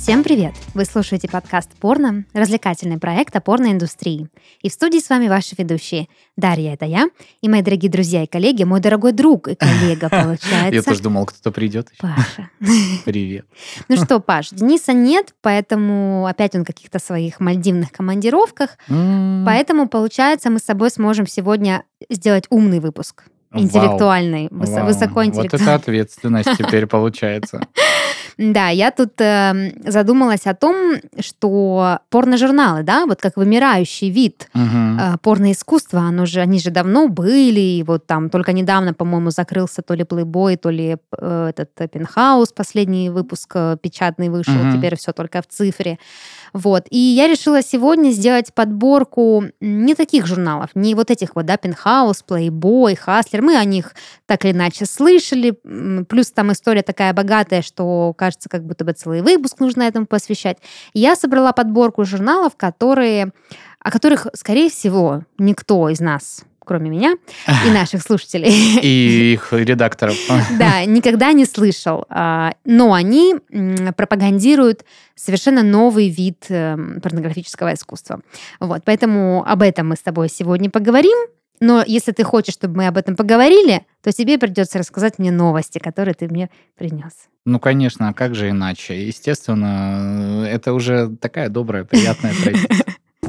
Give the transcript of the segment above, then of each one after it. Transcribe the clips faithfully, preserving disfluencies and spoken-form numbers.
Всем привет! Вы слушаете подкаст «Порно», развлекательный проект о порноиндустрии. И в студии с вами ваши ведущие. Дарья — это я, и мои дорогие друзья и коллеги, мой дорогой друг и коллега, получается. Я тоже думал, кто-то придет. Паша. Привет. Ну что, Паш, Дениса нет, поэтому опять он в каких-то своих мальдивных командировках. Поэтому, получается, мы с собой сможем сегодня сделать умный выпуск. Интеллектуальный, выс- Вау. высокоинтеллектуальный. Вот это ответственность теперь получается. Да, я тут э, задумалась о том, что порножурналы, да, вот как вымирающий вид Мгм. э, порноискусства, оно же, они же давно были, и вот там только недавно, по-моему, закрылся то ли Playboy, то ли э, этот э, Penthouse, последний выпуск э, печатный вышел, Мгм. теперь все только в цифре. Вот. И я решила сегодня сделать подборку не таких журналов, не вот этих вот, да, Penthouse, Playboy, Hustler. Мы о них так или иначе слышали. М, Плюс там история такая богатая, что кажется, как будто бы целый выпуск нужно этому посвящать. И я собрала подборку журналов, которые, о которых, скорее всего, никто из нас, кроме меня и наших слушателей, И их редакторов. да, никогда не слышал. А, Но они м, пропагандируют совершенно новый вид эм, порнографического искусства. Вот, поэтому об этом мы с тобой сегодня поговорим. Но если ты хочешь, чтобы мы об этом поговорили, то тебе придется рассказать мне новости, которые ты мне принес. Ну, конечно, а как же иначе? Естественно, это уже такая добрая, приятная традиция.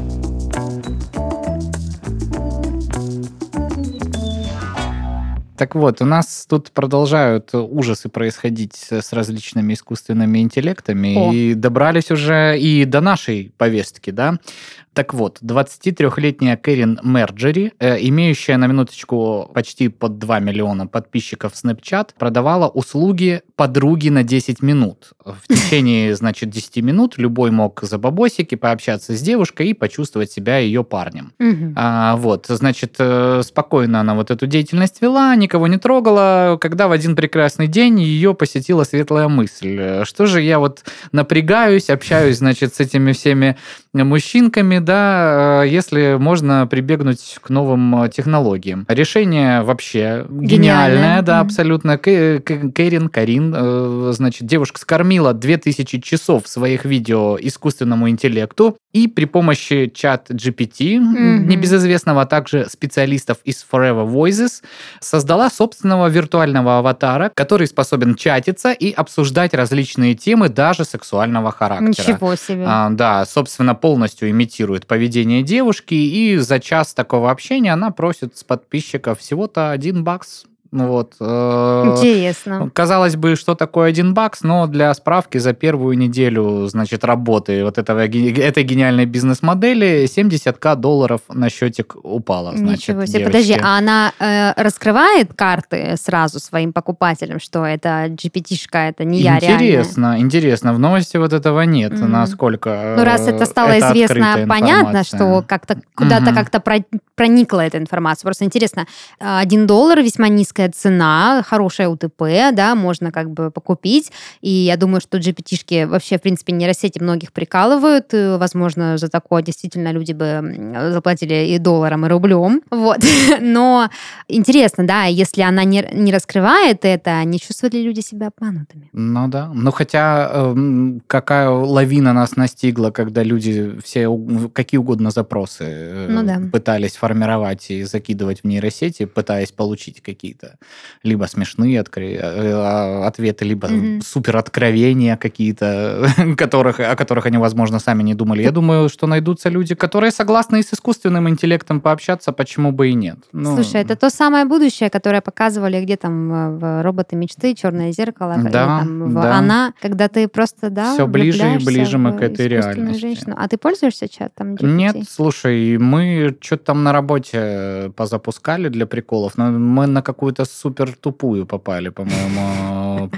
Так вот, у нас тут продолжают ужасы происходить с с различными искусственными интеллектами, О. и добрались уже и до нашей повестки, да. Так вот, двадцатитрёхлетняя Кэрин Мерджери, э, имеющая на минуточку почти под два миллиона подписчиков в Snapchat, продавала услуги подруги на десять минут. В течение, значит, десять минут любой мог за бабосики пообщаться с девушкой и почувствовать себя ее парнем. Мгм. А, вот, значит, э, спокойно она вот эту деятельность вела, никого не трогала, когда в один прекрасный день ее посетила светлая мысль. э, Что же я вот напрягаюсь, общаюсь, значит, с этими всеми мужчинками, да, э, если можно прибегнуть к новым э, технологиям. Решение вообще Гениальное. гениальное, да, Мгм. абсолютно. Кэ- Кэ- Кэрин, Карин, э, значит, девушка скормила две тысячи часов своих видео искусственному интеллекту, и при помощи чат джи пи ти, Мгм. небезызвестного, а также специалистов из Forever Voices, создала собственного виртуального аватара, который способен чатиться и обсуждать различные темы, даже сексуального характера. Ничего себе. А, да, собственно, полностью имитирует поведение девушки, и за час такого общения она просит с подписчиков всего-то один бакс. Ну вот. э, Интересно. Казалось бы, что такое один бакс, но для справки за первую неделю, значит, работы вот этого, ге- этой гениальной бизнес-модели семьдесят тысяч долларов на счетик упало, значит, Ничего себе. девочке. Подожди, а она э, раскрывает карты сразу своим покупателям, что это джи пи ти-шка, это не я реальная? Интересно, интересно. В новости вот этого нет, Мгм. насколько Ну, раз это э, стало это известно, открытая понятно, информация. что как-то куда-то Мгм. как-то про- проникла эта информация. Просто интересно, а, один доллар весьма низкая цена, хорошая УТП, да, можно как бы покупить. И я думаю, что джи пи ти-шки вообще, в принципе, нейросети многих прикалывают. И, возможно, за такое действительно люди бы м, заплатили и долларом, и рублем. Вот. Но интересно, да, если она не, не раскрывает это, не чувствуют ли люди себя обманутыми? Ну да. Ну хотя эм, какая лавина нас настигла, когда люди все у- какие угодно запросы э, Ну да. пытались формировать и закидывать в нейросети, пытаясь получить какие-то либо смешные откры- э, ответы, либо Мгм. супер откровения какие-то, которых, о которых они, возможно, сами не думали. Я думаю, что найдутся люди, которые согласны и с искусственным интеллектом пообщаться, почему бы и нет. Ну, Слушай, это то самое будущее, которое показывали где там э, в «Роботы мечты», «Черное зеркало», или Да, там в да. «Она», когда ты просто, да, Всё ближе и влюбляешься ближе мы в к этой искусственную реальности. женщину. А ты пользуешься чатом джи пи ти? Нет, слушай, мы что-то там на работе позапускали для приколов, но мы на какую-то супер тупую попали, по-моему,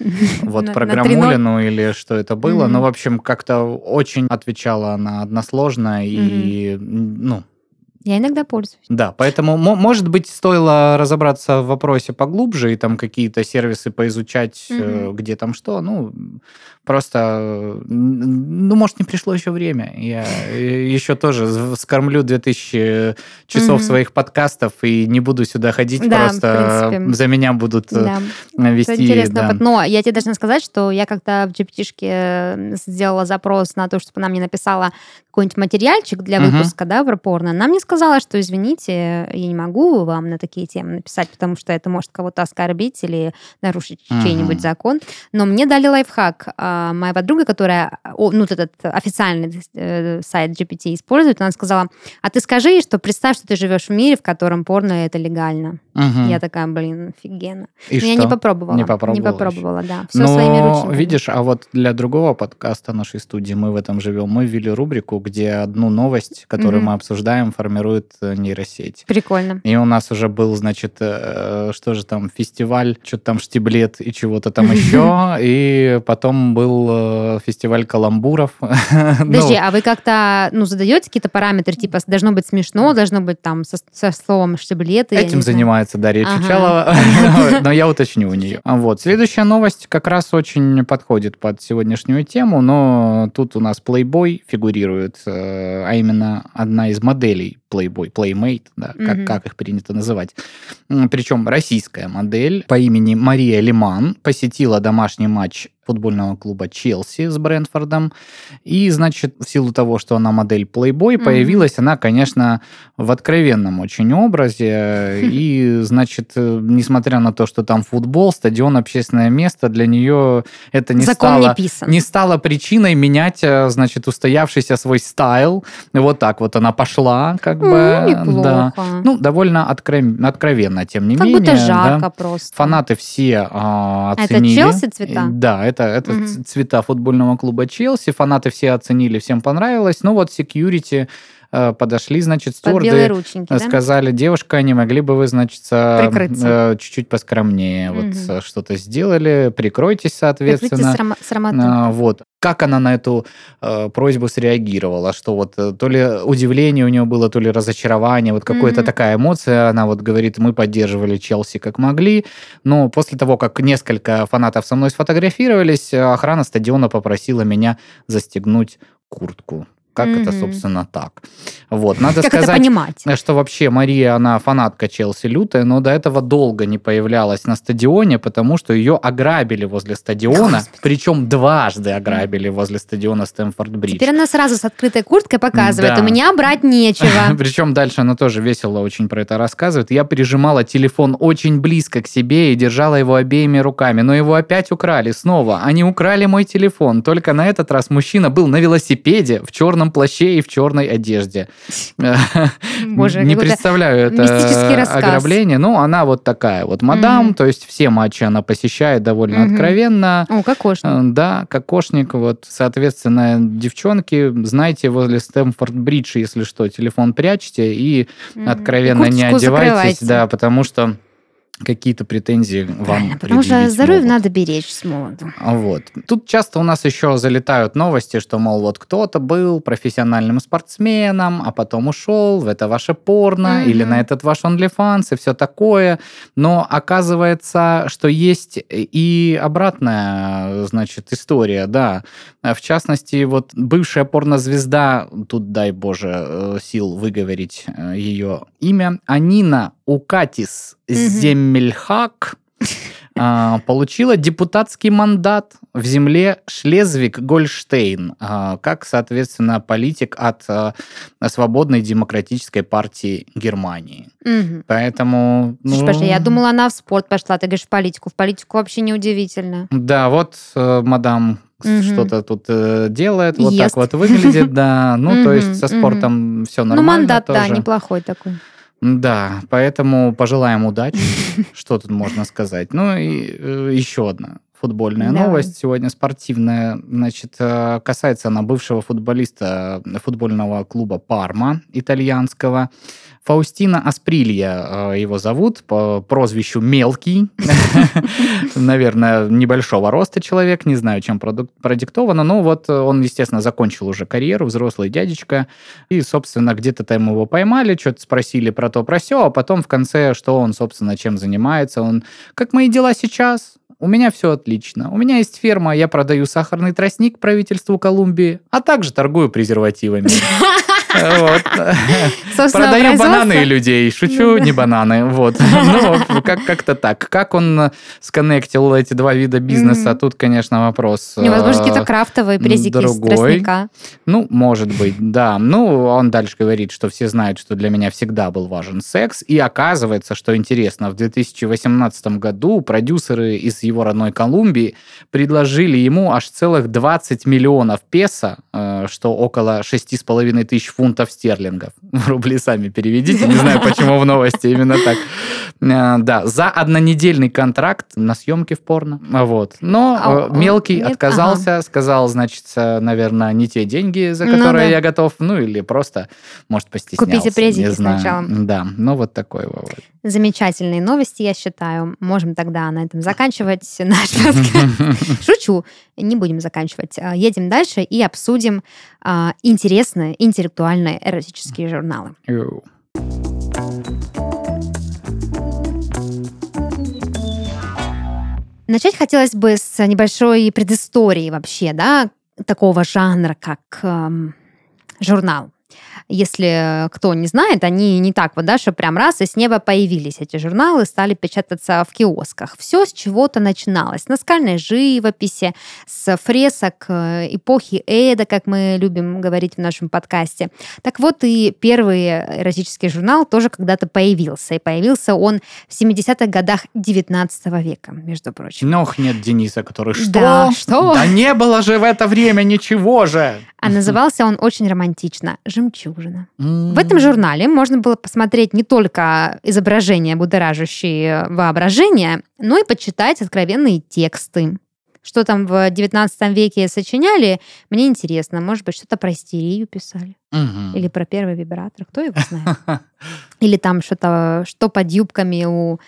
вот На- на три ноль? программулину или что это было. Мгм. Ну, в общем, как-то очень отвечала она односложно и, ну, Я иногда пользуюсь. Да, поэтому, может быть, стоило разобраться в вопросе поглубже и там какие-то сервисы поизучать, угу. где там что. Ну, просто, ну, может, не пришло еще время. Я еще тоже скормлю две тысячи часов угу. своих подкастов и не буду сюда ходить, да, просто за меня будут да. вести. Это интересный да. опыт. Но я тебе должна сказать, что я как-то в джи пи ти-шке сделала запрос на то, чтобы она мне написала какой-нибудь материальчик для выпуска, угу. да, про порно. Она мне сказала, что, извините, я не могу вам на такие темы написать, потому что это может кого-то оскорбить или нарушить uh-huh. чей-нибудь закон. Но мне дали лайфхак. А, моя подруга, которая ну, этот официальный э, сайт джи пи ти использует, она сказала, а ты скажи ей, что представь, что ты живешь в мире, в котором порно это легально. Uh-huh. Я такая, блин, офигенно. И Но что? Я не попробовала. Не попробовала. Не попробовала, да. Все Но, своими ручками. видишь, а вот для другого подкаста нашей студии «Мы в этом живем», мы ввели рубрику, где одну новость, которую uh-huh. мы обсуждаем, формирует нейросеть. Прикольно. И у нас уже был, значит, э, что же там, фестиваль, что-то там штиблет и чего-то там еще, и потом был э, фестиваль каламбуров. Подожди, а вы как-то, ну, задаете какие-то параметры, типа, должно быть смешно, должно быть там со, со словом штиблет? Этим занимается Дарья ага. Чучалова, но я уточню у нее. Вот, следующая новость как раз очень подходит под сегодняшнюю тему, но тут у нас Playboy фигурирует, а именно одна из моделей Playboy, Playmate, да, mm-hmm. как, как их принято называть. Причем российская модель по имени Мария Лиман посетила домашний матч футбольного клуба Челси с Брентфордом. И, значит, в силу того, что она модель Playboy, mm-hmm. появилась она, конечно, в откровенном очень образе. И, значит, несмотря на то, что там футбол, стадион, общественное место, для нее это не стало, не, не стало причиной менять, значит, устоявшийся свой стайл. Вот так вот она пошла, как бы. Mm, да. Ну, довольно откро- откровенно, тем не как менее. Как будто жарко да. просто. Фанаты все а, оценили. Это Челси цвета? Да, это, это mm-hmm. цвета футбольного клуба Челси. Фанаты все оценили, всем понравилось. Ну вот security э, подошли, значит, стюарды, рученьки, сказали, да? девушка, не могли бы вы, значит, э, чуть-чуть поскромнее mm-hmm. вот что-то сделали, прикройтесь, соответственно. Прикрытие срамоты. А, вот. Как она на эту э, просьбу среагировала? Что вот то ли удивление у нее было, то ли разочарование, вот какая-то mm-hmm. такая эмоция. Она вот говорит, мы поддерживали Челси как могли, но после того, как несколько фанатов со мной сфотографировались, охрана стадиона попросила меня застегнуть куртку. Как mm-hmm. это, собственно, так. Вот. Надо как сказать, это понимать? Что вообще Мария, она фанатка Челси лютая, но до этого долго не появлялась на стадионе, потому что ее ограбили возле стадиона, Господи. Причем дважды ограбили mm-hmm. возле стадиона Стэмфорд-Бридж. Теперь она сразу с открытой курткой показывает, да. у меня брать нечего. Причем дальше она тоже весело очень про это рассказывает. Я прижимала телефон очень близко к себе и держала его обеими руками, но его опять украли снова. Они украли мой телефон, только на этот раз мужчина был на велосипеде в черном плаще и в черной одежде. Боже, не представляю это ограбление. Ну, она вот такая вот мадам, mm-hmm. то есть все матчи она посещает довольно mm-hmm. откровенно. О, кокошник. Да, кокошник. Вот, соответственно, девчонки, знайте, возле Стэмфорд-Бридж, если что, телефон прячьте и mm-hmm. откровенно Курточку не одевайтесь, закрывайте. Да, потому что какие-то претензии вам потому что здоровье могут. Надо беречь с молоду. Вот. Тут часто у нас еще залетают новости, что, мол, вот кто-то был профессиональным спортсменом, а потом ушел в это ваше порно mm-hmm. или на этот ваш OnlyFans и все такое. Но оказывается, что есть и обратная, значит, история, да. В частности, вот бывшая порнозвезда, тут, дай боже, сил выговорить ее имя, Анина Укатис Земельхак получила депутатский мандат в земле Шлезвиг-Гольштейн, как, соответственно, политик от Свободной демократической партии Германии. Угу. Поэтому... Ну... Слушай, я думала, она в спорт пошла, ты говоришь, в политику. В политику вообще неудивительно. Да, вот мадам угу. что-то тут делает, вот Ест. так вот выглядит, да. Ну, то есть со спортом все нормально. Ну, мандат, тоже. Да, неплохой такой. Да, поэтому пожелаем удачи. Что тут можно сказать? Ну и э, еще одна футбольная Давай. новость сегодня спортивная. Значит, касается она бывшего футболиста футбольного клуба «Парма» итальянского. Фаустино Асприлья его зовут, по прозвищу «Мелкий». Наверное, небольшого роста человек, не знаю, чем продиктовано. Но вот он, естественно, закончил уже карьеру, взрослый дядечка. И, собственно, где-то там его поймали, что-то спросили про то, про сё, а потом в конце, что он, собственно, чем занимается. Он: как мои дела сейчас? У меня все отлично. У меня есть ферма, я продаю сахарный тростник правительству Колумбии, а также торгую презервативами. Вот. Продаю бананы и людей. Шучу, не бананы. Вот. Ну, как- как-то так. Как он сконнектил эти два вида бизнеса, Мгм. тут, конечно, вопрос. Не, возможно, э, какие-то крафтовые презики из другой. тростника. Ну, может быть, да. Ну, он дальше говорит, что все знают, что для меня всегда был важен секс. И оказывается, что интересно, в две тысячи восемнадцатом году продюсеры из его родной Колумбии предложили ему аж целых двадцать миллионов песо, э, что около шесть с половиной тысяч фунтов стерлингов. В рубли сами переведите. Не знаю, почему в новости именно так. Э, Да, за однонедельный контракт на съемки в порно. Вот. Но А э, он- мелкий нет? отказался, сказал, значит, э, наверное, не те деньги, за Ну которые да. я готов, ну или просто, может, постеснялся. Купите презики не знаю. сначала. Да, ну вот такой вот. Замечательные новости, я считаю. Можем тогда на этом заканчивать наш подкаст. Шучу, не будем заканчивать. А, Едем дальше и обсудим а, интересные интеллектуальные эротические журналы. Ю. Начать хотелось бы с небольшой предыстории вообще, да, такого жанра, как эм, журнал. Если кто не знает, они не так вот, да, что прям раз и с неба появились эти журналы, стали печататься в киосках. Все с чего-то начиналось. С наскальной живописи, с фресок э, эпохи Эда, как мы любим говорить в нашем подкасте. Так вот и первый эротический журнал тоже когда-то появился. И появился он в семидесятых годах девятнадцатого века, между прочим. Нох, нет Дениса, который: что? Да, что? Да не было же в это время ничего же! А назывался он очень романтично «Жемчужина». М. В этом журнале можно было посмотреть не только изображения, будоражащие воображение, но и почитать откровенные тексты. Что там в девятнадцатом веке сочиняли, мне интересно. Может быть, что-то про истерию писали. Мгм. Или про первый вибратор, кто его знает. Или там что-то, что под юбками у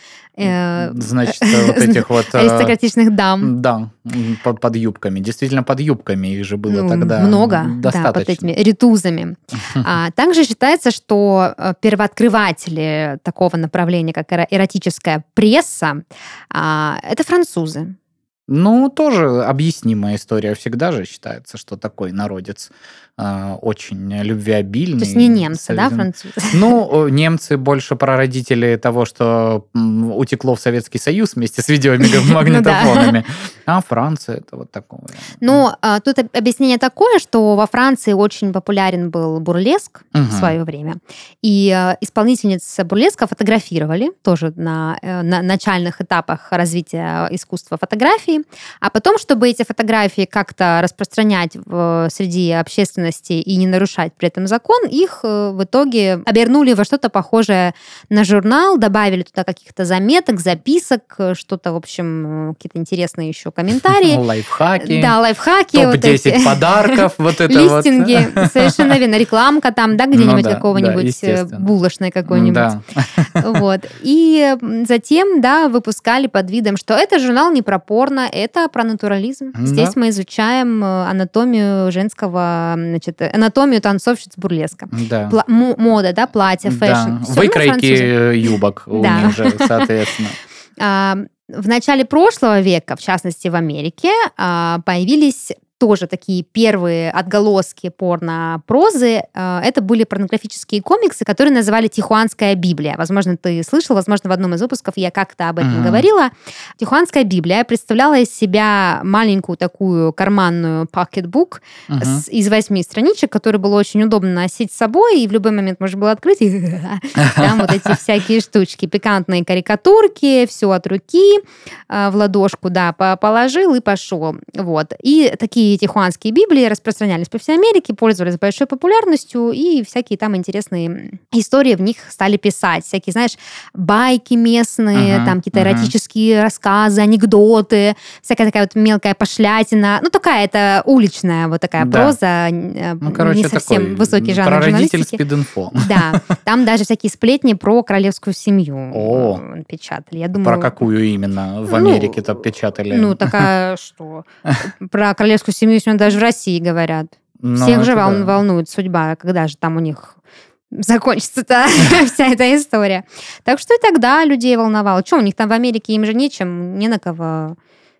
э, Значит, вот этих вот... э, аристократичных дам. Да, м, под, под юбками. Действительно, под юбками их же было Ну, тогда много, да, достаточно. под этими ритузами. А, также считается, что э, первооткрыватели такого направления, как эро- эротическая пресса, а, это французы. Ну, тоже объяснимая история. Всегда же считается, что такой народец э, очень любвеобильный. То есть не немцы, да, Совсем- французы? Ну, э, немцы больше прародители того, что м, утекло в Советский Союз вместе с видеомагнитофонами. А Франция это вот такое. Ну, а, тут об- объяснение такое, что во Франции очень популярен был бурлеск в Мгм. свое время. И э, исполнительниц бурлеска фотографировали тоже на, э, на начальных этапах развития искусства фотографии. А потом, чтобы эти фотографии как-то распространять в, среди общественности и не нарушать при этом закон, их э, в итоге обернули во что-то похожее на журнал, добавили туда каких-то заметок, записок, э, что-то, в общем, э, какие-то интересные еще комментарии. Лайфхаки. Да, лайфхаки. топ вот десять эти. подарков. Вот это вот. Листинги, совершенно верно. Рекламка там, да, где-нибудь Ну да, да, какого-нибудь э, естественно. булочной какой-нибудь. Да. Вот. И м, затем, да, выпускали под видом, что это журнал не про порно, это про натурализм. Да. Здесь мы изучаем э, анатомию женского, значит, анатомию танцовщиц бурлеска. Да. Пла- мо- мода, да, платье, фэшн. Да. Всё равно французы. Выкройки юбок у Да. них же, соответственно. А, В начале прошлого века, в частности в Америке, а, появились тоже такие первые отголоски порно-прозы. А, Это были порнографические комиксы, которые называли «Тихуанская Библия». Возможно, ты слышал, возможно, в одном из выпусков я как-то об этом Мгм. говорила. «Тихуанская Библия» представляла из себя маленькую такую карманную pocketbook Мгм. с- из восьми страничек, которую было очень удобно носить с собой, и в любой момент можно было открыть, и там вот эти всякие штучки, пикантные карикатурки, все от руки, а, в ладошку, да, по- положил и пошел. Вот. И такие такие тихуанские Библии распространялись по всей Америке, пользовались большой популярностью, и всякие там интересные истории в них стали писать. Всякие, знаешь, байки местные, uh-huh, там какие-то uh-huh. эротические рассказы, анекдоты, всякая такая вот мелкая пошлятина. Ну, такая это уличная вот такая да. проза, ну, короче, не совсем высокий жанр журналистики. Прародитель спид-инфо. Да, там даже всякие сплетни про королевскую семью О, печатали. Я думаю, про какую именно в Америке-то ну, печатали? Ну, такая, что? Про королевскую семью сегодня даже в России говорят. Но Всех же вол- да. волнует судьба, когда же там у них закончится-то вся эта история. Так что и тогда людей волновало. Что, у них там в Америке, им же нечем, не на кого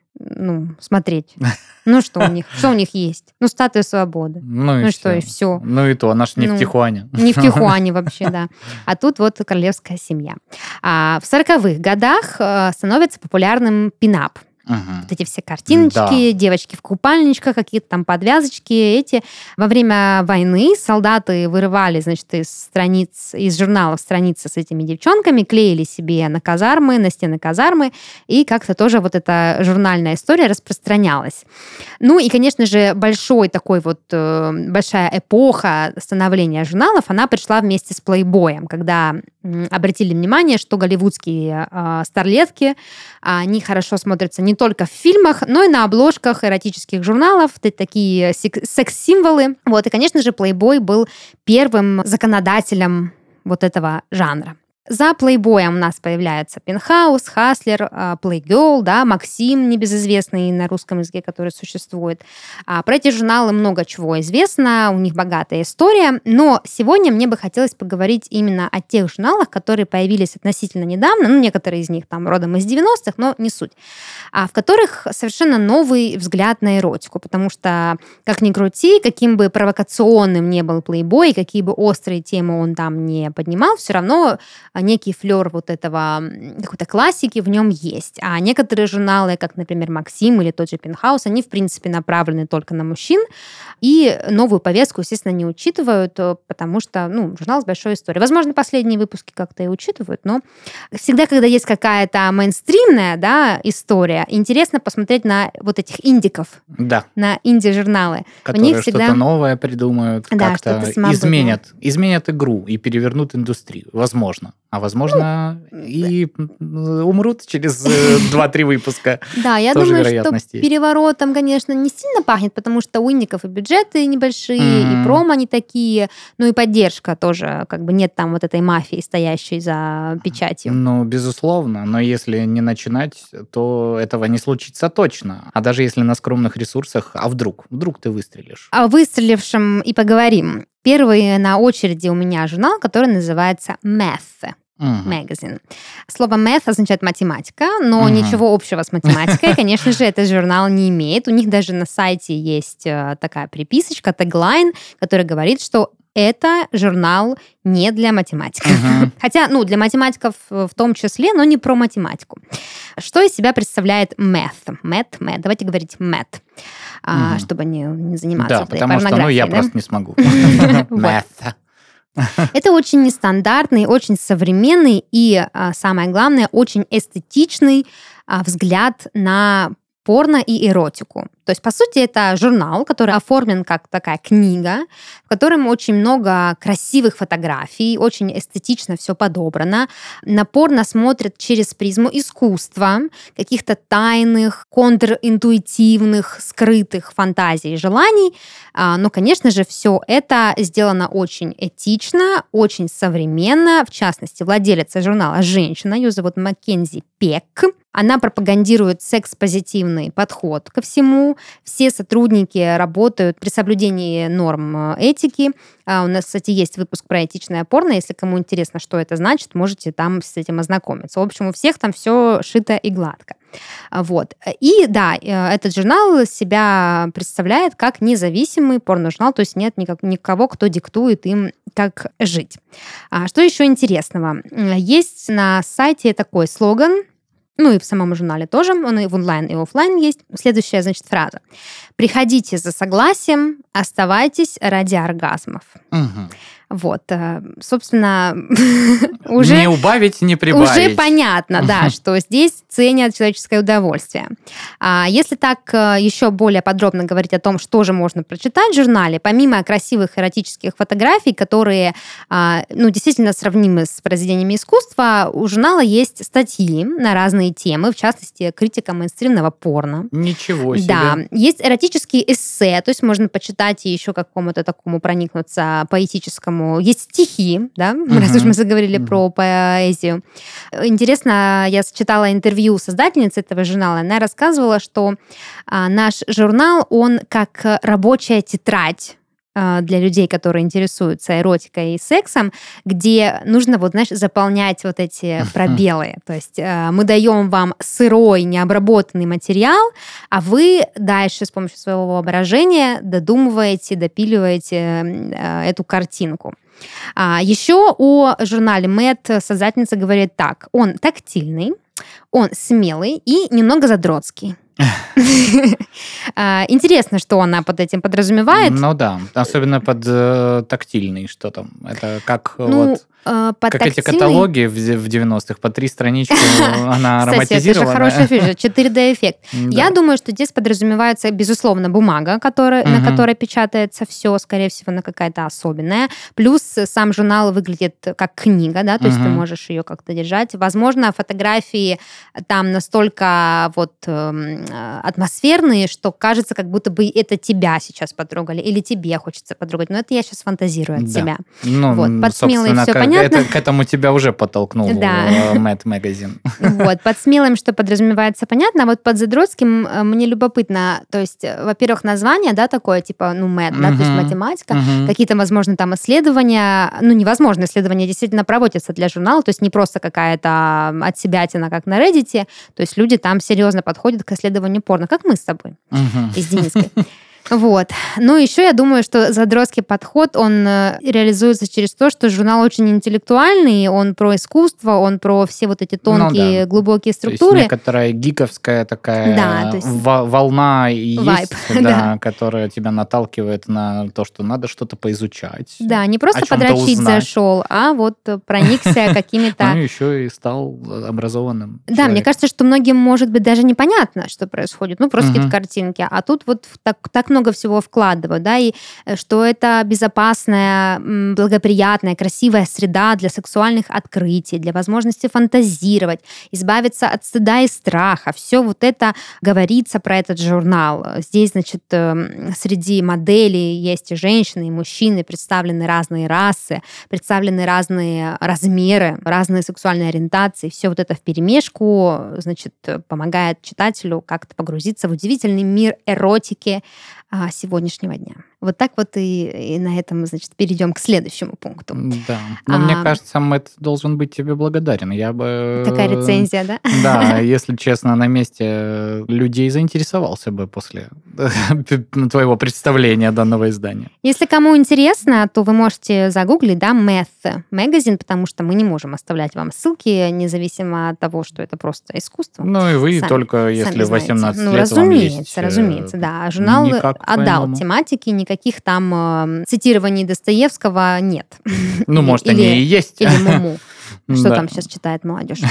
ну, смотреть. Ну, что у них? Что у них есть? Ну, статуя свободы. Ну, и ну все. что, и все. Ну, и то, она ж не ну, в Тихуане. Не в Тихуане вообще, да. А тут вот королевская семья. А в сороковых годах становится популярным пин-ап. Угу. Вот эти все картиночки, да. девочки в купальничках, какие-то там подвязочки. Эти во время войны солдаты вырывали, значит, из страниц, из журналов страницы с этими девчонками, клеили себе на казармы, на стены казармы, и как-то тоже вот эта журнальная история распространялась. Ну и, конечно же, большой такой вот, большая эпоха становления журналов, она пришла вместе с плейбоем, когда обратили внимание, что голливудские э, старлетки, они хорошо смотрятся не только в фильмах, но и на обложках эротических журналов, такие секс-символы. Вот, и, конечно же, Playboy был первым законодателем вот этого жанра. За плейбоем у нас появляются Пентхаус, Хаслер, Playgirl, да, Максим, небезызвестный на русском языке, который существует. А про эти журналы много чего известно, у них богатая история, но сегодня мне бы хотелось поговорить именно о тех журналах, которые появились относительно недавно, ну, некоторые из них там родом из девяностых, но не суть, а в которых совершенно новый взгляд на эротику, потому что, как ни крути, каким бы провокационным ни был Playboy, какие бы острые темы он там не поднимал, все равно некий флер вот этого какой-то классики в нем есть. А некоторые журналы, как, например, Максим или тот же Пентхаус, они, в принципе, направлены только на мужчин, и новую повестку, естественно, не учитывают, потому что, ну, журнал с большой историей. Возможно, последние выпуски как-то и учитывают, но всегда, когда есть какая-то мейнстримная, да, история, интересно посмотреть на вот этих индиков, да. на инди-журналы. Которые что-то всегда... новое придумают, да, как-то изменят, изменят игру и перевернут индустрию. Возможно. А возможно, ну, и умрут через два-три выпуска. Да, я думаю, что переворотом, конечно, не сильно пахнет, потому что у индиков и бюджеты небольшие, mm-hmm. и промо не такие, ну и поддержка тоже, как бы нет там вот этой мафии, стоящей за печатью. Ну, безусловно, но если не начинать, то этого не случится точно. А даже если на скромных ресурсах, а вдруг? Вдруг ты выстрелишь? О выстрелившем и поговорим. Первый на очереди у меня журнал, который называется Math. Uh-huh. Magazine. Слово math означает математика, но uh-huh. ничего общего с математикой, конечно же, этот журнал не имеет. У них даже на сайте есть такая приписочка, теглайн, который говорит, что это журнал не для математиков. Uh-huh. Хотя, ну, для математиков в том числе, но не про математику. Что из себя представляет math? Math, math. Давайте говорить math, uh-huh. чтобы не, не заниматься да, этой потому порнографией. Что, ну, я да? просто не смогу. Math. Это очень нестандартный, очень современный и, самое главное, очень эстетичный взгляд на порно и эротику. То есть, по сути, это журнал, который оформлен как такая книга, в котором очень много красивых фотографий, очень эстетично все подобрано. На порно смотрят через призму искусства, каких-то тайных, контринтуитивных, скрытых фантазий и желаний. Но, конечно же, все это сделано очень этично, очень современно. В частности, владелица журнала женщина, ее зовут Маккензи Пек. Она пропагандирует секс-позитивный подход ко всему. Все сотрудники работают при соблюдении норм этики. У нас, кстати, есть выпуск про этичное порно. Если кому интересно, что это значит, можете там с этим ознакомиться. В общем, у всех там все шито и гладко. Вот. И да, этот журнал себя представляет как независимый порно-журнал, то есть нет никак, никого, кто диктует им, как жить. А что еще интересного? Есть на сайте такой слоган, ну и в самом журнале тоже, он и в онлайн, и в офлайн есть. Следующая, значит, фраза. «Приходите за согласием, оставайтесь ради оргазмов». Угу. Вот, э, собственно, уже... Не убавить, не прибавить. Уже понятно, да, что здесь ценят человеческое удовольствие. А если так э, еще более подробно говорить о том, что же можно прочитать в журнале, помимо красивых эротических фотографий, которые, э, ну, действительно сравнимы с произведениями искусства, у журнала есть статьи на разные темы, в частности, критика мейнстримного порно. Ничего себе. Да, есть эротические эссе, то есть можно почитать и еще какому-то такому проникнуться поэтическому. Есть стихи, да, uh-huh. раз уж мы заговорили uh-huh. про поэзию. Интересно, я читала интервью создательницы этого журнала, она рассказывала, что а, наш журнал, он как рабочая тетрадь для людей, которые интересуются эротикой и сексом, где нужно, вот, знаешь, заполнять вот эти пробелы. То есть э, мы даем вам сырой, необработанный материал, а вы дальше с помощью своего воображения додумываете, допиливаете э, эту картинку. А еще о журнале Мэд создательница говорит так. Он тактильный, он смелый и немного задротский. Интересно, что она под этим подразумевает. Ну да, особенно под э, тактильный, что там. Это как ну, вот... Э, как тактильный... эти каталоги в, в девяностых, по три странички она ароматизировала. Кстати, это же хорошая фишка, четыре дэ-эффект. Я думаю, что здесь подразумевается, безусловно, бумага, которая, на которой печатается все, скорее всего, она какая-то особенная. Плюс сам журнал выглядит как книга, да, то есть ты можешь ее как-то держать. Возможно, фотографии там настолько вот э, атмосферные, что кажется, как будто бы это тебя сейчас потрогали, или тебе хочется потрогать. Но это я сейчас фантазирую от да. себя. Ну, вот, под смелый все понятно. Это, к этому тебя уже подтолкнул да. Мэд Magazine. Вот, под смелым, что подразумевается, понятно. А вот под задротским мне любопытно, то есть, во-первых, название, да, такое, типа, ну, Мэд, uh-huh. да, то есть математика, uh-huh. какие-то, возможно, там исследования, ну, невозможно, исследования действительно проводятся для журнала, то есть не просто какая-то отсебятина, как на Reddit, то есть люди там серьезно подходят к исследованию порно, как мы с тобой uh-huh. из Дениской. Вот. Ну, еще я думаю, что задротский подход, он реализуется через то, что журнал очень интеллектуальный, он про искусство, он про все вот эти тонкие, ну, да. глубокие структуры. То есть некоторая гиковская такая да, есть... волна есть, Vibe, да, да. которая тебя наталкивает на то, что надо что-то поизучать. Да, не просто подрочить узнать. Зашел, а вот проникся какими-то... Ну, еще и стал образованным. Да, мне кажется, что многим, может быть, даже непонятно, что происходит. Ну, просто какие-то картинки. А тут вот так, так много всего вкладывают, да, и что это безопасная, благоприятная, красивая среда для сексуальных открытий, для возможности фантазировать, избавиться от стыда и страха. Все вот это говорится про этот журнал. Здесь, значит, среди моделей есть и женщины, и мужчины, представлены разные расы, представлены разные размеры, разные сексуальные ориентации. Все вот это вперемешку, значит, помогает читателю как-то погрузиться в удивительный мир эротики сегодняшнего дня. Вот так вот и, и на этом, значит, перейдем к следующему пункту. Да. Но а, мне кажется, Мэд должен быть тебе благодарен. Я бы... Такая рецензия, да? Да, если честно, на месте людей заинтересовался бы после твоего представления данного издания. Если кому интересно, то вы можете загуглить, да, Мэд Magazine, потому что мы не можем оставлять вам ссылки, независимо от того, что это просто искусство. Ну и вы сами, только, если восемнадцать ну, лет разумеется, вам есть... разумеется, да. Журнал отдал тематики, никаких там э, цитирований Достоевского нет. Ну, может, или, они и есть. Или Муму. Что да. там сейчас читает молодежь?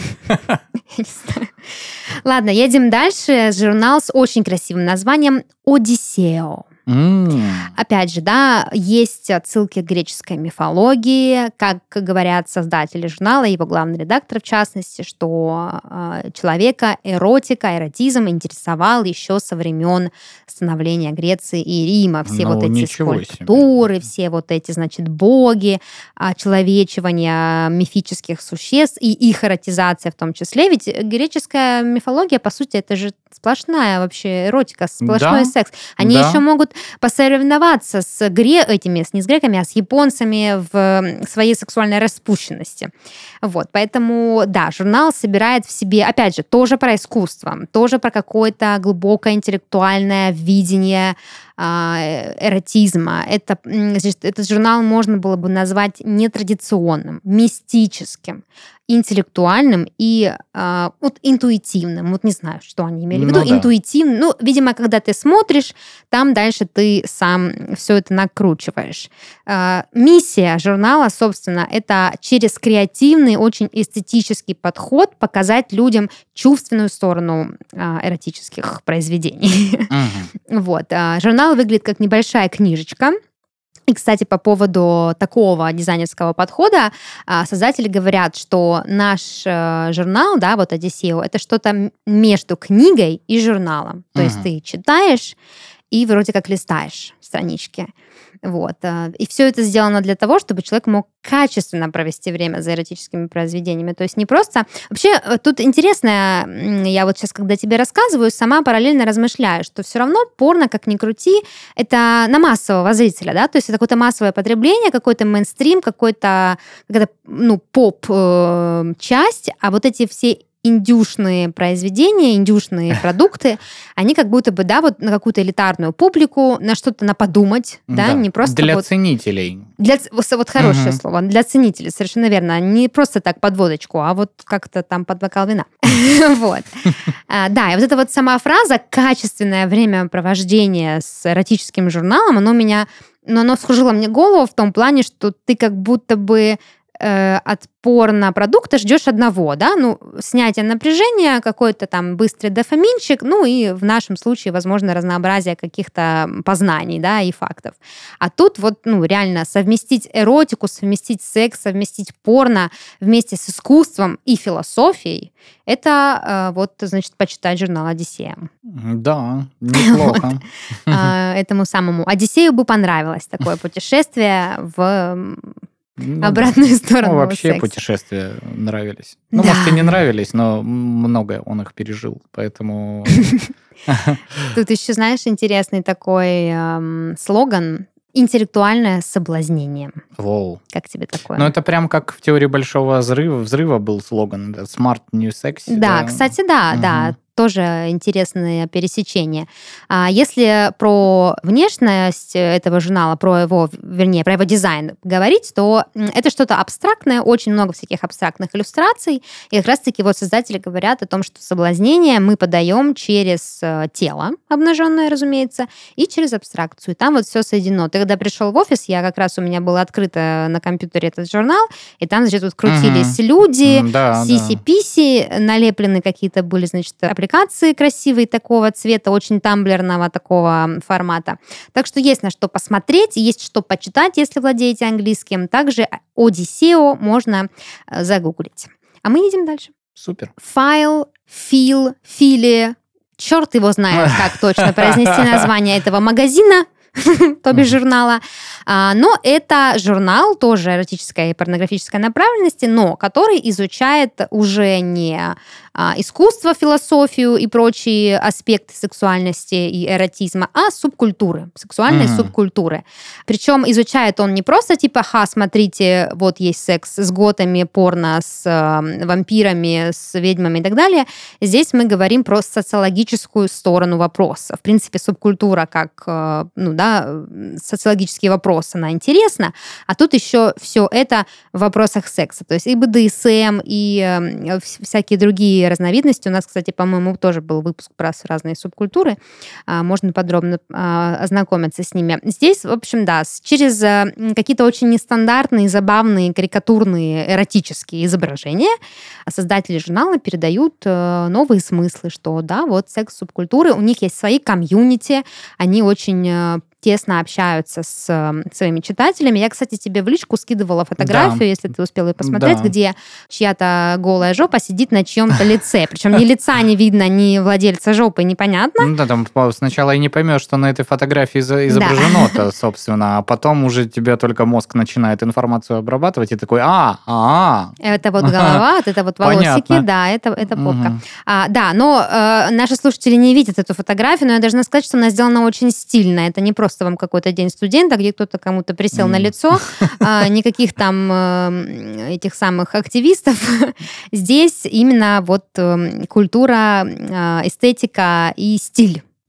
Ладно, едем дальше. Журнал с очень красивым названием «Одиссео». Mm. Опять же, да, есть отсылки к греческой мифологии, как говорят создатели журнала, его главный редактор в частности, что э, человека эротика, эротизм интересовал еще со времен становления Греции и Рима. Все ну, вот эти скульптуры, себе. все вот эти, значит, боги, очеловечивание мифических существ и их эротизация в том числе. Ведь греческая мифология, по сути, это же сплошная вообще эротика, сплошной да, секс. Они да. еще могут посоревноваться с гре... этими, не с греками, а с японцами в своей сексуальной распущенности. Вот, поэтому, да, журнал собирает в себе, опять же, тоже про искусство, тоже про какое-то глубокое интеллектуальное видение эротизма. Это, значит, этот журнал можно было бы назвать нетрадиционным, мистическим, интеллектуальным и э, вот интуитивным. Вот не знаю, что они имели в виду. Ну да. Интуитивным. Ну, видимо, когда ты смотришь, там дальше ты сам все это накручиваешь. Э, миссия журнала, собственно, это через креативный, очень эстетический подход показать людям чувственную сторону э, эротических произведений. Мгм. Вот. э, Журнал выглядит как небольшая книжечка. И, кстати, по поводу такого дизайнерского подхода а, создатели говорят, что наш э, журнал, да, вот Одиссео, это что-то м- между книгой и журналом. То есть Мгм. ты читаешь и вроде как листаешь странички. Вот. э, И все это сделано для того, чтобы человек мог качественно провести время за эротическими произведениями. То есть не просто... Вообще, э, тут интересно, м, я вот сейчас, когда тебе рассказываю, сама параллельно размышляю, что все равно порно, как ни крути, это на массового зрителя, да, то есть это какое-то массовое потребление, какой-то мейнстрим, какой-то, какая-то, ну, поп-часть, а вот эти все индюшные произведения, индюшные продукты, они как будто бы, да, вот на какую-то элитарную публику, на что-то на подумать, да, Да. не просто Для вот... ценителей. Для, ц- вот вот хорошее Мгм. слово, для ценителей, совершенно верно. Не просто так под водочку, а вот как-то там под бокал вина. Вот. А, Да, и вот эта вот сама фраза «качественное времяпровождение с эротическим журналом», оно меня, ну, оно вскружило мне голову в том плане, что ты как будто бы э, от порно-продукта ждешь одного, да, ну, снятие напряжения, какой-то там быстрый дофаминчик, ну и в нашем случае, возможно, разнообразие каких-то познаний, да, и фактов. А тут вот, ну, реально совместить эротику, совместить секс, совместить порно вместе с искусством и философией, это э, вот, значит, почитать журнал «Одиссея». Да, неплохо. А, Этому самому Одиссею бы понравилось такое путешествие в м, Ну да. обратную сторону Ну, вообще секса. путешествия нравились. Ну, Да. может, и не нравились, но много он их пережил, поэтому... Тут еще, знаешь, интересный такой эм, слоган «Интеллектуальное соблазнение». Воу. Как тебе такое? Ну, это прям как в теории большого взрыва, взрыва был слоган. это Smart New Sexy. Да, кстати, да, да, Мгм. тоже интересное пересечение. А если про внешность этого журнала, про его, вернее, про его дизайн говорить, то м, это что-то абстрактное, очень много всяких абстрактных иллюстраций, и как раз-таки вот создатели говорят о том, что соблазнение мы подаем через э, тело, обнаженное, разумеется, и через абстракцию. И там вот все соединено. Ты когда пришел в офис, я как раз, у меня было открыто на компьютере этот журнал, и там, значит, вот крутились люди, М, Да, да. сиси-писи, налеплены какие-то были, значит, аппликации красивые такого цвета, очень тамблерного такого формата. Так что есть на что посмотреть, есть что почитать, если владеете английским. Также Одиссео можно э, загуглить. А мы едем дальше. Супер. Файл, фил, фили. Черт его знает, как точно произнести название этого магазина, то бишь журнала. А, Но это журнал тоже эротической и порнографической направленности, но который изучает уже не а, искусство, философию и прочие аспекты сексуальности и эротизма, а субкультуры, сексуальные Мгм. субкультуры. Причем изучает он не просто типа, ха, смотрите, вот есть секс с готами, порно с э, вампирами, с ведьмами и так далее. Здесь мы говорим про социологическую сторону вопроса. В принципе, субкультура как, э, ну да, э, социологический вопрос, она интересна, а тут еще все это в вопросах секса. То есть и бэ дэ эс эм, и э, вс- всякие другие разновидности. У нас, кстати, по-моему, тоже был выпуск про с- разные субкультуры. А, Можно подробно а, ознакомиться с ними. Здесь, в общем, да, с- через э, м, какие-то очень нестандартные, забавные, карикатурные, эротические изображения создатели журнала передают э, новые смыслы, что да, вот секс-субкультуры, у них есть свои комьюнити, они очень э, тесно общаются с э, своими читателями. Я, кстати, тебе в личку скидывала фотографию, Да. если ты успела ее посмотреть, Да. где чья-то голая жопа сидит на чьем-то лице. Причем ни лица не видно, ни владельца жопы, непонятно. Ну да, там по- сначала и не поймешь, что на этой фотографии за- изображено-то, собственно, а потом уже тебя только мозг начинает информацию обрабатывать, и такой, а, а, Это вот голова, вот это вот волосики, Понятно. да, это, это попка. Мгм. А, да, но э, наши слушатели не видят эту фотографию, но я должна сказать, что она сделана очень стильно. Это не просто вам какой-то день студента, где кто-то кому-то присел на М. лицо, а, никаких там э, этих самых активистов. Здесь именно вот э, культура, э, эстетика и стиль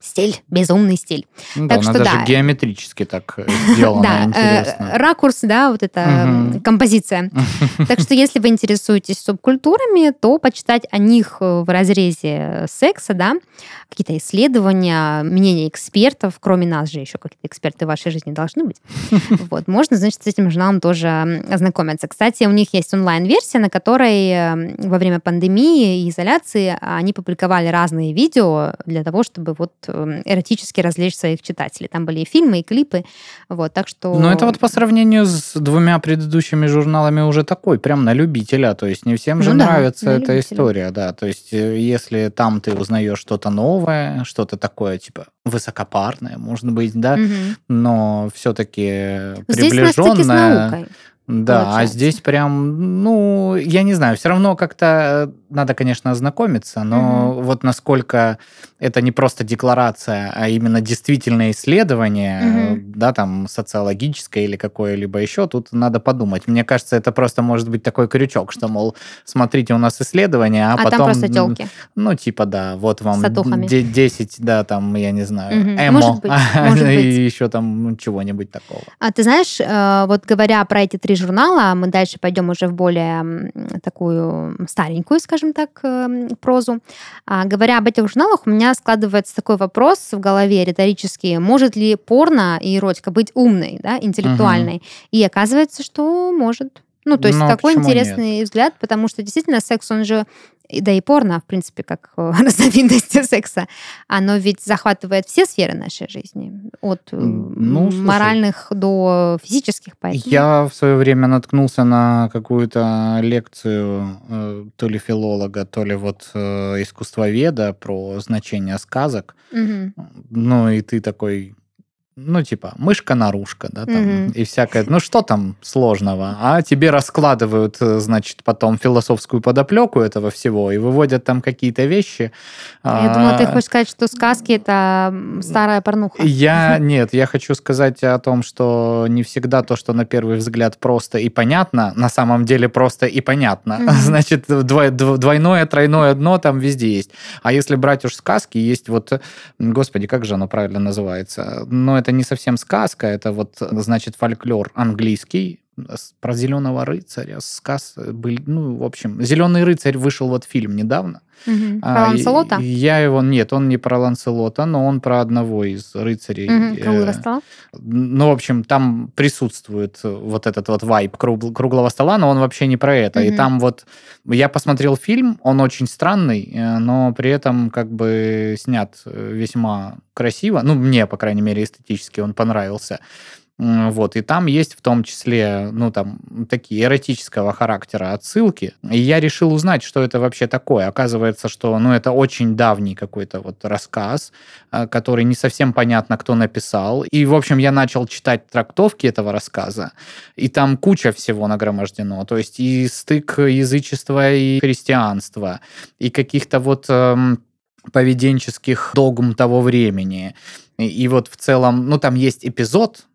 Стиль, безумный стиль. Ну, так да, что она даже да. геометрически так сделано, Да, интересно. э, ракурс, да, вот эта Мгм. композиция. Так что если вы интересуетесь субкультурами, то почитать о них в разрезе секса, да, какие-то исследования, мнения экспертов, кроме нас же еще какие-то эксперты в вашей жизни должны быть. Вот, можно, значит, с этим журналом тоже ознакомиться. Кстати, у них есть онлайн-версия, на которой э, во время пандемии и изоляции они публиковали разные видео для того, чтобы вот э, эротически развлечь своих читателей. Там были и фильмы, и клипы. Вот, так что... Ну, это вот по сравнению с двумя предыдущими журналами уже такой, прям на любителя. То есть не всем же Ну да, нравится на эта любителя. история, да. То есть э, если там ты узнаешь что-то новое, что-то такое, типа, высокопарное, может быть, да, Мгм. но все-таки Здесь на стыке с приближенное. наукой, Да, а получается. здесь прям, ну, я не знаю, все равно как-то надо, конечно, ознакомиться, но Мгм. вот насколько это не просто декларация, а именно действительное исследование, Мгм. да, там, социологическое или какое-либо еще, тут надо подумать. Мне кажется, это просто может быть такой крючок, что, мол, смотрите, у нас исследование, а А там потом, просто м, тёлки ну, типа, да, вот с вам татухами. де- десять, да, там, я не знаю, Мгм. Может эмо, быть, может быть. и еще там чего-нибудь такого. А ты знаешь, э, вот говоря про эти три журнала, мы дальше пойдем уже в более м, такую старенькую, скажем так, эм, прозу. А, говоря об этих журналах, у меня складывается такой вопрос в голове риторический: может ли порно и эротика быть умной, да, Мгм. интеллектуальной? И оказывается, что может. Ну, то есть Ну, а такой почему нет? интересный взгляд, потому что действительно секс, он же, и- да и порно, в принципе, как э, разновидность секса, оно ведь захватывает все сферы нашей жизни, от э, М, Ну, слушай, моральных до физических, поэтому... я в свое время наткнулся на какую-то лекцию э, то ли филолога, то ли вот э, искусствоведа про значение сказок. Мгм. Ну, и ты такой, ну, типа, мышка-нарушка, да, там, Мгм. и всякое. Ну, что там сложного? А тебе раскладывают, э, значит, потом философскую подоплеку этого всего и выводят там какие-то вещи. Я думала, ты а, хочешь сказать, что сказки — это м, старая порнуха. Я нет, я хочу сказать о том, что не всегда то, что на первый взгляд просто и понятно, на самом деле просто и понятно. Мгм. Значит, двой- дв- двойное, тройное дно там везде есть. А если брать уж сказки, есть вот, м, господи, как же оно правильно называется? Но это не совсем сказка, это вот, значит, фольклор английский, с- про зеленого рыцаря, сказ были, ну, в общем, Зеленый рыцарь вышел вот фильм недавно. Мгм. Про А, и- Ланселота? и я его... Нет, он не про Ланселота, но он про одного из рыцарей. Мгм. Круглого э, стола? Ну, в общем, там присутствует э, вот этот вот вайб кругл- круглого стола, но он вообще не про это. И Мгм. там вот... Я посмотрел фильм, он очень странный, э, но при этом как бы снят э, весьма красиво. Ну, мне, по крайней мере, эстетически он понравился. М, Вот, и там есть в том числе, ну, там, такие эротического характера отсылки. И я решил узнать, что это вообще такое. Оказывается, что, ну, это очень давний какой-то вот рассказ, а, который не совсем понятно, кто написал. И, в общем, я начал читать трактовки этого рассказа, и там куча всего нагромождено. То есть и стык язычества и христианства, и каких-то вот... эм, поведенческих догм того времени. И, и вот в целом, ну, там есть эпизод,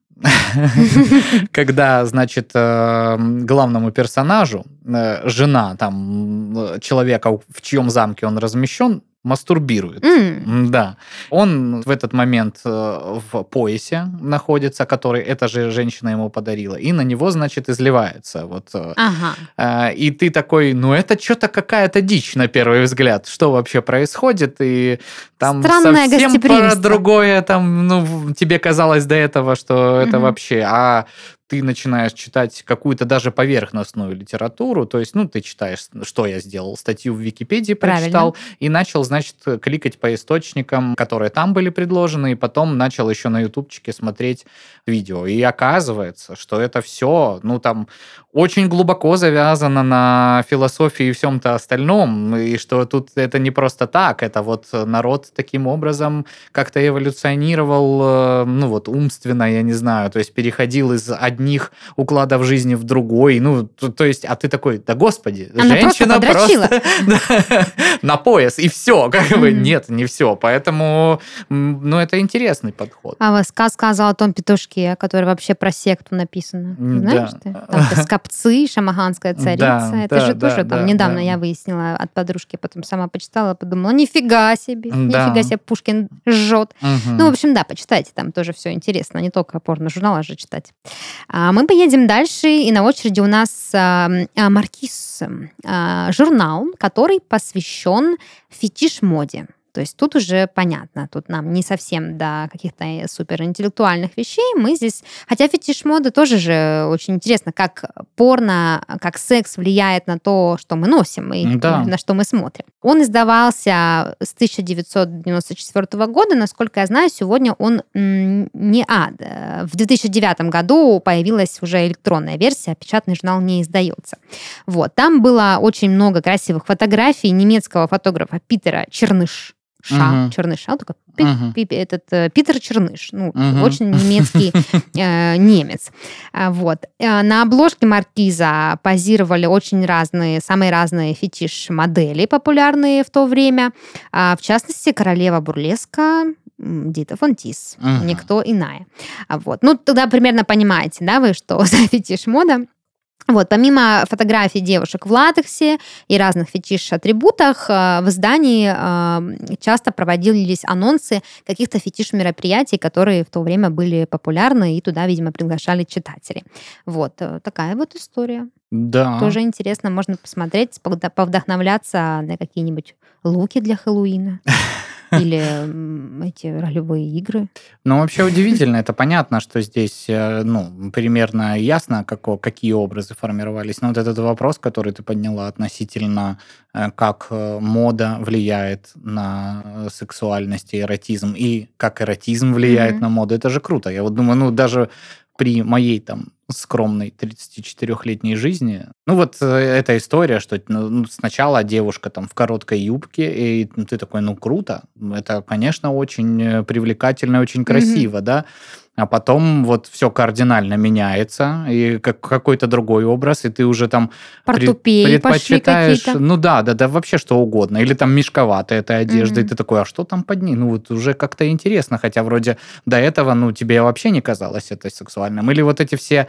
когда, значит, э, главному персонажу э, жена там э, человека, в чьем замке он размещен, мастурбирует. М. М, Да. Он в этот момент э, в поясе находится, который эта же женщина ему подарила, и на него, значит, изливается. Вот, э, Ага. а, и ты такой, ну это что-то какая-то дичь на первый взгляд. Что вообще происходит? И там Странное совсем про гостеприимство. другое. Там, ну, в- тебе казалось до этого, что это Мгм. вообще... А ты начинаешь читать какую-то даже поверхностную литературу. То есть, ну, ты читаешь, что я сделал, статью в Википедии Правильно. прочитал, и начал, значит, кликать по источникам, которые там были предложены, и потом начал еще на ютубчике смотреть видео. И оказывается, что это все, ну, там, очень глубоко завязано на философии и всем-то остальном, и что тут это не просто так, это вот народ таким образом как-то эволюционировал, э, ну, вот, умственно, я не знаю, то есть переходил из одних одних укладов жизни в другой. Ну, то, то есть, а ты такой, да господи, Она женщина просто просто на пояс, и все. Как бы нет, не все. Поэтому, ну, это интересный подход. А вот сказка о золотом петушке, которая вообще про секту написана. Знаешь ты? Там скопцы, шамаханская царица. Это же тоже там недавно я выяснила от подружки, потом сама почитала, подумала, нифига себе, нифига себе Пушкин жжет. Ну, в общем, да, почитайте, там тоже все интересно, не только порно-журналы же читать. А мы поедем дальше, и на очереди у нас а, а, Маркиз, а, журнал, который посвящен фетиш-моде. То есть тут уже понятно, тут нам не совсем до каких-то суперинтеллектуальных вещей. Мы здесь... Хотя фетиш-мода тоже же очень интересно, как порно, как секс влияет на то, что мы носим и да. на что мы смотрим. Он издавался с тысяча девятьсот девяносто четвёртого года. Насколько я знаю, сегодня он не... А, в две тысячи девятом году появилась уже электронная версия, а печатный журнал не издается. Вот. Там было очень много красивых фотографий немецкого фотографа Питера Черныш. Ша, угу. Черныша, только пи, угу. пи, этот э, Питер Черныш, ну, угу. очень немецкий э, немец. Вот. На обложке Маркиза позировали очень разные, самые разные фетиш-модели, популярные в то время. В частности, королева бурлеска Дита фон Тис, угу. никто иная. Вот. Ну, тогда примерно понимаете, да, вы, что за фетиш-мода. Вот, помимо фотографий девушек в латексе и разных фетиш-атрибутах, в издании часто проводились анонсы каких-то фетиш-мероприятий, которые в то время были популярны, и туда, видимо, приглашали читателей. Вот, такая вот история. Да. Тоже интересно, можно посмотреть, повдохновляться на какие-нибудь луки для Хэллоуина. Или эти ролевые игры. Ну, вообще удивительно. Это понятно, что здесь, ну, примерно ясно, как, какие образы формировались. Но вот этот вопрос, который ты подняла относительно, как мода влияет на сексуальность и эротизм, и как эротизм влияет mm-hmm. на моду, это же круто. Я вот думаю, ну, даже при моей там скромной тридцатичетырёхлетней жизни. Ну, вот эта история, что ну, сначала девушка там в короткой юбке, и ты такой, ну, круто. Это, конечно, очень привлекательно, очень красиво, mm-hmm. да. А потом вот все кардинально меняется, и как какой-то другой образ, и ты уже там Портупеи пред, предпочитаешь... пошли ну да, да, да, вообще что угодно. Или там мешковатая эта одежда, mm-hmm. и ты такой, а что там под ней? Ну вот уже как-то интересно, хотя вроде до этого, ну, тебе вообще не казалось это сексуальным. Или вот эти все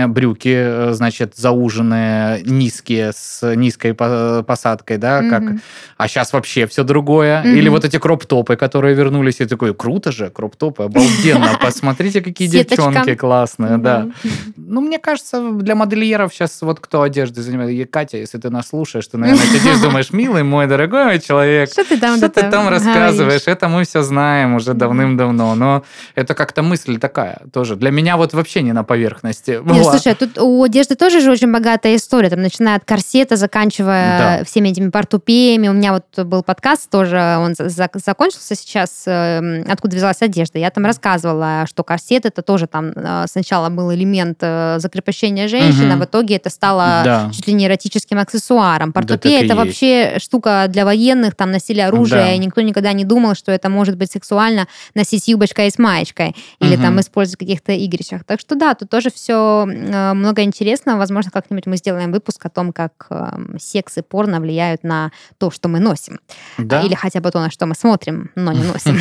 брюки, значит, зауженные, низкие, с низкой посадкой, да, mm-hmm. как... А сейчас вообще все другое. Mm-hmm. Или вот эти кроп-топы, которые вернулись, и такой, круто же, кроп-топы, обалденно, посмотрите, какие Сеточка. Девчонки классные, mm-hmm. да. Ну, мне кажется, для модельеров сейчас вот кто одеждой занимается, Катя, если ты нас слушаешь, ты, наверное, сидишь, думаешь, милый мой дорогой человек, что ты там, что ты там рассказываешь? Говоришь? Это мы все знаем уже давным-давно, но это как-то мысль такая тоже. Для меня вот вообще не на поверхности была. Нет, слушай, тут у одежды тоже же очень богатая история, там, начиная от корсета, заканчивая да. всеми этими портупеями. У меня вот был подкаст тоже, он за- закончился сейчас, «Откуда взялась одежда». Я там рассказывала, что корсет это тоже там сначала был элемент закрепощения женщины, угу. а в итоге это стало да. чуть ли не эротическим аксессуаром. Портупея да, это вообще есть. Штука для военных, там носили оружие, да. и никто никогда не думал, что это может быть сексуально носить юбочкой с маечкой или угу. там использовать в каких-то игрищах. Так что да, тут тоже все много интересного. Возможно, как-нибудь мы сделаем выпуск о том, как секс и порно влияют на то, что мы носим. Да. Или хотя бы то, на что мы смотрим, но не носим.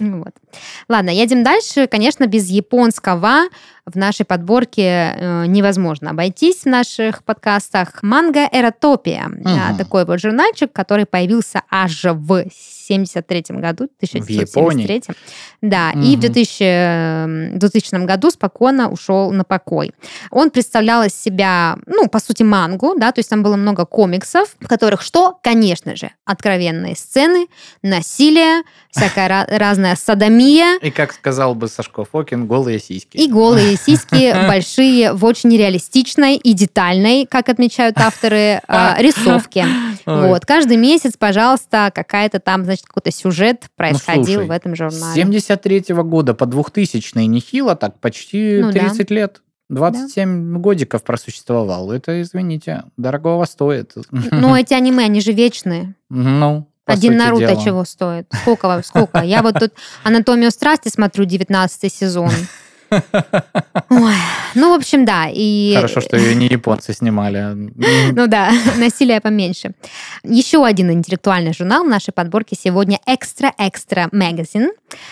Ладно, едем дальше. Конечно, без японского в нашей подборке э, невозможно обойтись в наших подкастах. «Манга Эротопия». Угу. Такой вот журнальчик, который появился аж в семьдесят третьем году, тысяча девятьсот семьдесят третьем. Да, угу. и в двухтысячном году спокойно ушел на покой. Он представлял из себя, ну, по сути, мангу, да, то есть там было много комиксов, в которых что? Конечно же, откровенные сцены, насилие, всякая разная садомия. И, как сказал бы Сашко Фокин, голые сиськи. И голые сиськи большие в очень реалистичной и детальной, как отмечают авторы, рисовке. Вот. Каждый месяц, пожалуйста, какая-то там, значит, какой-то сюжет происходил ну, слушай, в этом журнале. С семьдесят третьего года по двухтысячный нехило, так почти ну, тридцать да. лет. двадцать семь да. годиков просуществовал. Это, извините, дорогого стоит. Ну, эти аниме, они же вечные. Ну, Один Наруто чего стоит? Сколько? Сколько? Я вот тут «Анатомию страсти» смотрю, девятнадцатый сезон. Ой, ну, в общем, да. И... Хорошо, что ее не японцы снимали. Ну да, насилия поменьше. Еще один интеллектуальный журнал в нашей подборке сегодня Extra Extra Magazine.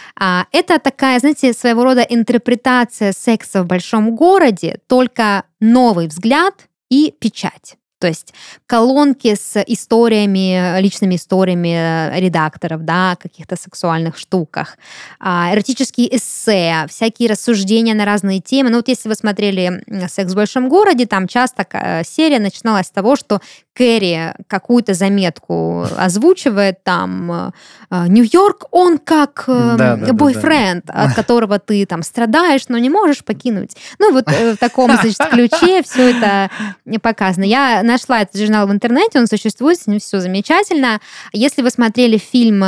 Это такая, знаете, своего рода интерпретация секса в большом городе, только новый взгляд и печать. То есть колонки с историями, личными историями редакторов, да, каких-то сексуальных штуках, эротические эссе, всякие рассуждения на разные темы. Ну вот если вы смотрели «Секс в большом городе», там часто серия начиналась с того, что Кэрри какую-то заметку озвучивает, там «Нью-Йорк, он как да, да, бойфренд, да, да. от которого ты там страдаешь, но не можешь покинуть». Ну вот в таком, значит, ключе все это показано. Я нашла этот журнал в интернете, он существует, с ним все замечательно. Если вы смотрели фильм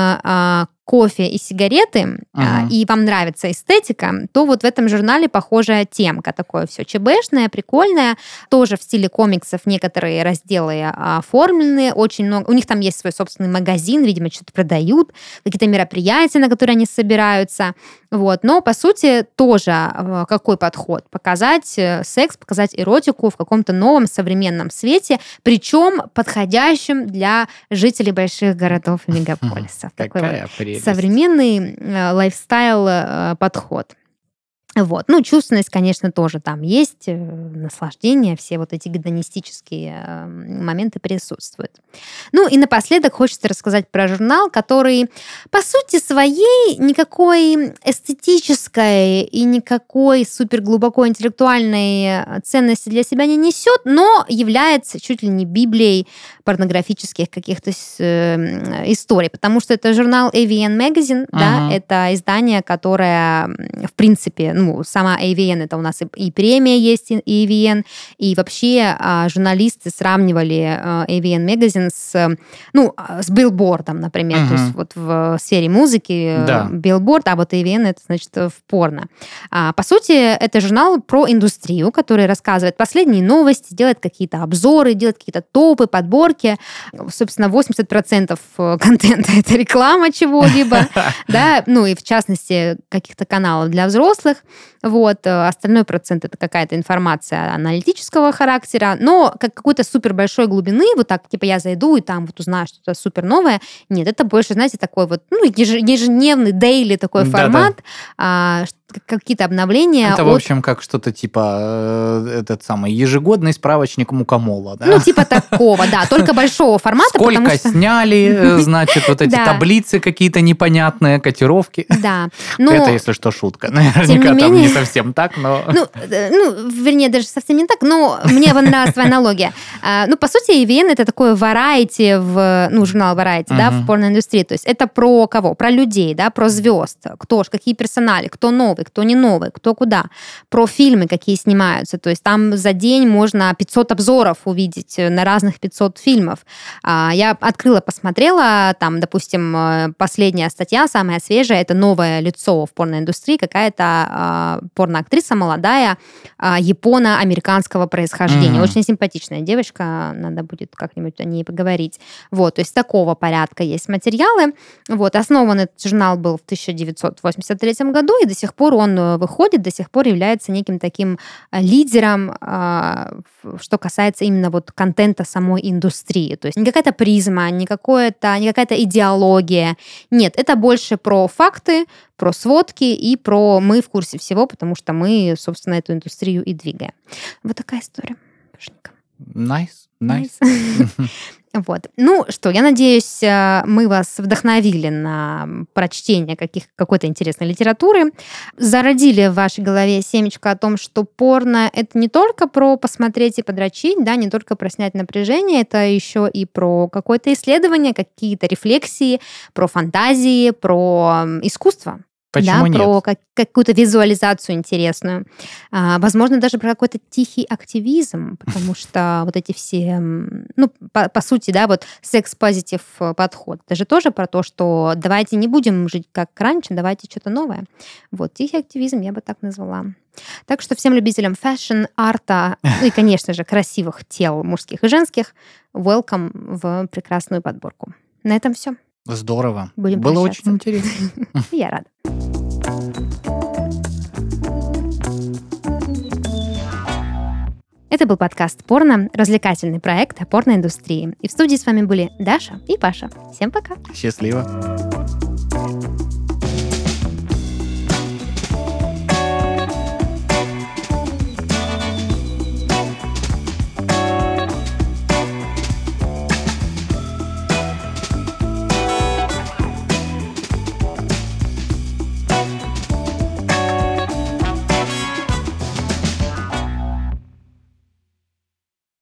«Кофе и сигареты», uh-huh. и вам нравится эстетика, то вот в этом журнале похожая темка. Такое все ЧБшное, прикольное. Тоже в стиле комиксов некоторые разделы оформлены. Очень много. У них там есть свой собственный магазин, видимо, что-то продают, какие-то мероприятия, на которые они собираются. Вот. Но, по сути, тоже какой подход? Показать секс, показать эротику в каком-то новом современном свете, причем подходящем для жителей больших городов и мегаполисов. Какая прелесть. Современный э, лайфстайл э, подход. Вот. Ну, чувственность, конечно, тоже там есть, э, наслаждение, все вот эти гедонистические э, моменты присутствуют. Ну, и напоследок хочется рассказать про журнал, который, по сути своей, никакой эстетической и никакой суперглубоко интеллектуальной ценности для себя не несет, но является чуть ли не библией порнографических каких-то э, историй, потому что это журнал эй ви эн Magazine, uh-huh. да, это издание, которое, в принципе, ну, сама эй ви эн, это у нас и, и премия есть эй ви эн, и вообще а, журналисты сравнивали а, эй ви эн Magazine с, ну, с билбордом, например, uh-huh. то есть вот в сфере музыки да. билборд, а вот эй ви эн это, значит, в порно. А, по сути, это журнал про индустрию, который рассказывает последние новости, делает какие-то обзоры, делает какие-то топы, подборки. Собственно, восемьдесят процентов контента — это реклама чего-либо, да, ну и в частности каких-то каналов для взрослых. Вот. Остальной процент — это какая-то информация аналитического характера, но как какой-то супер большой глубины, вот так, типа, я зайду и там вот узнаю что-то супер новое. Нет, это больше, знаете, такой вот, ну, ежедневный, дейли такой да, формат, да. А, какие-то обновления. Это, от... в общем, как что-то типа э, этот самый ежегодный справочник мукомола, да? Ну, типа такого, да, только большого формата. Сколько что... сняли, значит, вот эти таблицы какие-то непонятные, котировки. Да. Это, если что, шутка. Наверняка там не совсем так, но... Ну, ну, вернее, даже совсем не так, но мне понравилась твоя аналогия. Ну, по сути, эй ви эн — это такое variety, в, ну, журнал variety, uh-huh. да, в порноиндустрии. То есть это про кого? Про людей, да, про звезд. Кто ж, какие персонали, кто новый, кто не новый, кто куда. Про фильмы, какие снимаются. То есть там за день можно пятьсот обзоров увидеть на разных пятьсот фильмов. Я открыла, посмотрела, там, допустим, последняя статья, самая свежая, это новое лицо в порноиндустрии, какая-то порноактриса молодая, японо-американского происхождения. Mm-hmm. Очень симпатичная девочка, надо будет как-нибудь о ней поговорить. Вот, то есть такого порядка есть материалы. Вот, основан этот журнал был в тысяча девятьсот восемьдесят третьем году, и до сих пор он выходит, до сих пор является неким таким лидером, что касается именно вот контента самой индустрии. То есть не какая-то призма, не, какое-то, не какая-то идеология. Нет, это больше про факты, про сводки и про мы в курсе всего, потому что мы, собственно, эту индустрию и двигаем. Вот такая история. Nice, nice. nice. Вот. Ну что, я надеюсь, мы вас вдохновили на прочтение каких, какой-то интересной литературы, зародили в вашей голове семечко о том, что порно — это не только про посмотреть и подрочить, да, не только про снять напряжение, это еще и про какое-то исследование, какие-то рефлексии, про фантазии, про искусство. Почему да, нет? Про как, какую-то визуализацию интересную. А, возможно, даже про какой-то тихий активизм, потому что вот эти все, ну, по, по сути, да, вот секс-позитив подход, это же тоже про то, что давайте не будем жить как раньше, давайте что-то новое. Вот, тихий активизм я бы так назвала. Так что всем любителям фэшн, арта, ну и, конечно же, красивых тел мужских и женских, welcome в прекрасную подборку. На этом все. Здорово. Будем Было прощаться. очень интересно. Я рада. Это был подкаст «Порно», развлекательный проект о порноиндустрии. И в студии с вами были Даша и Паша. Всем пока. Счастливо.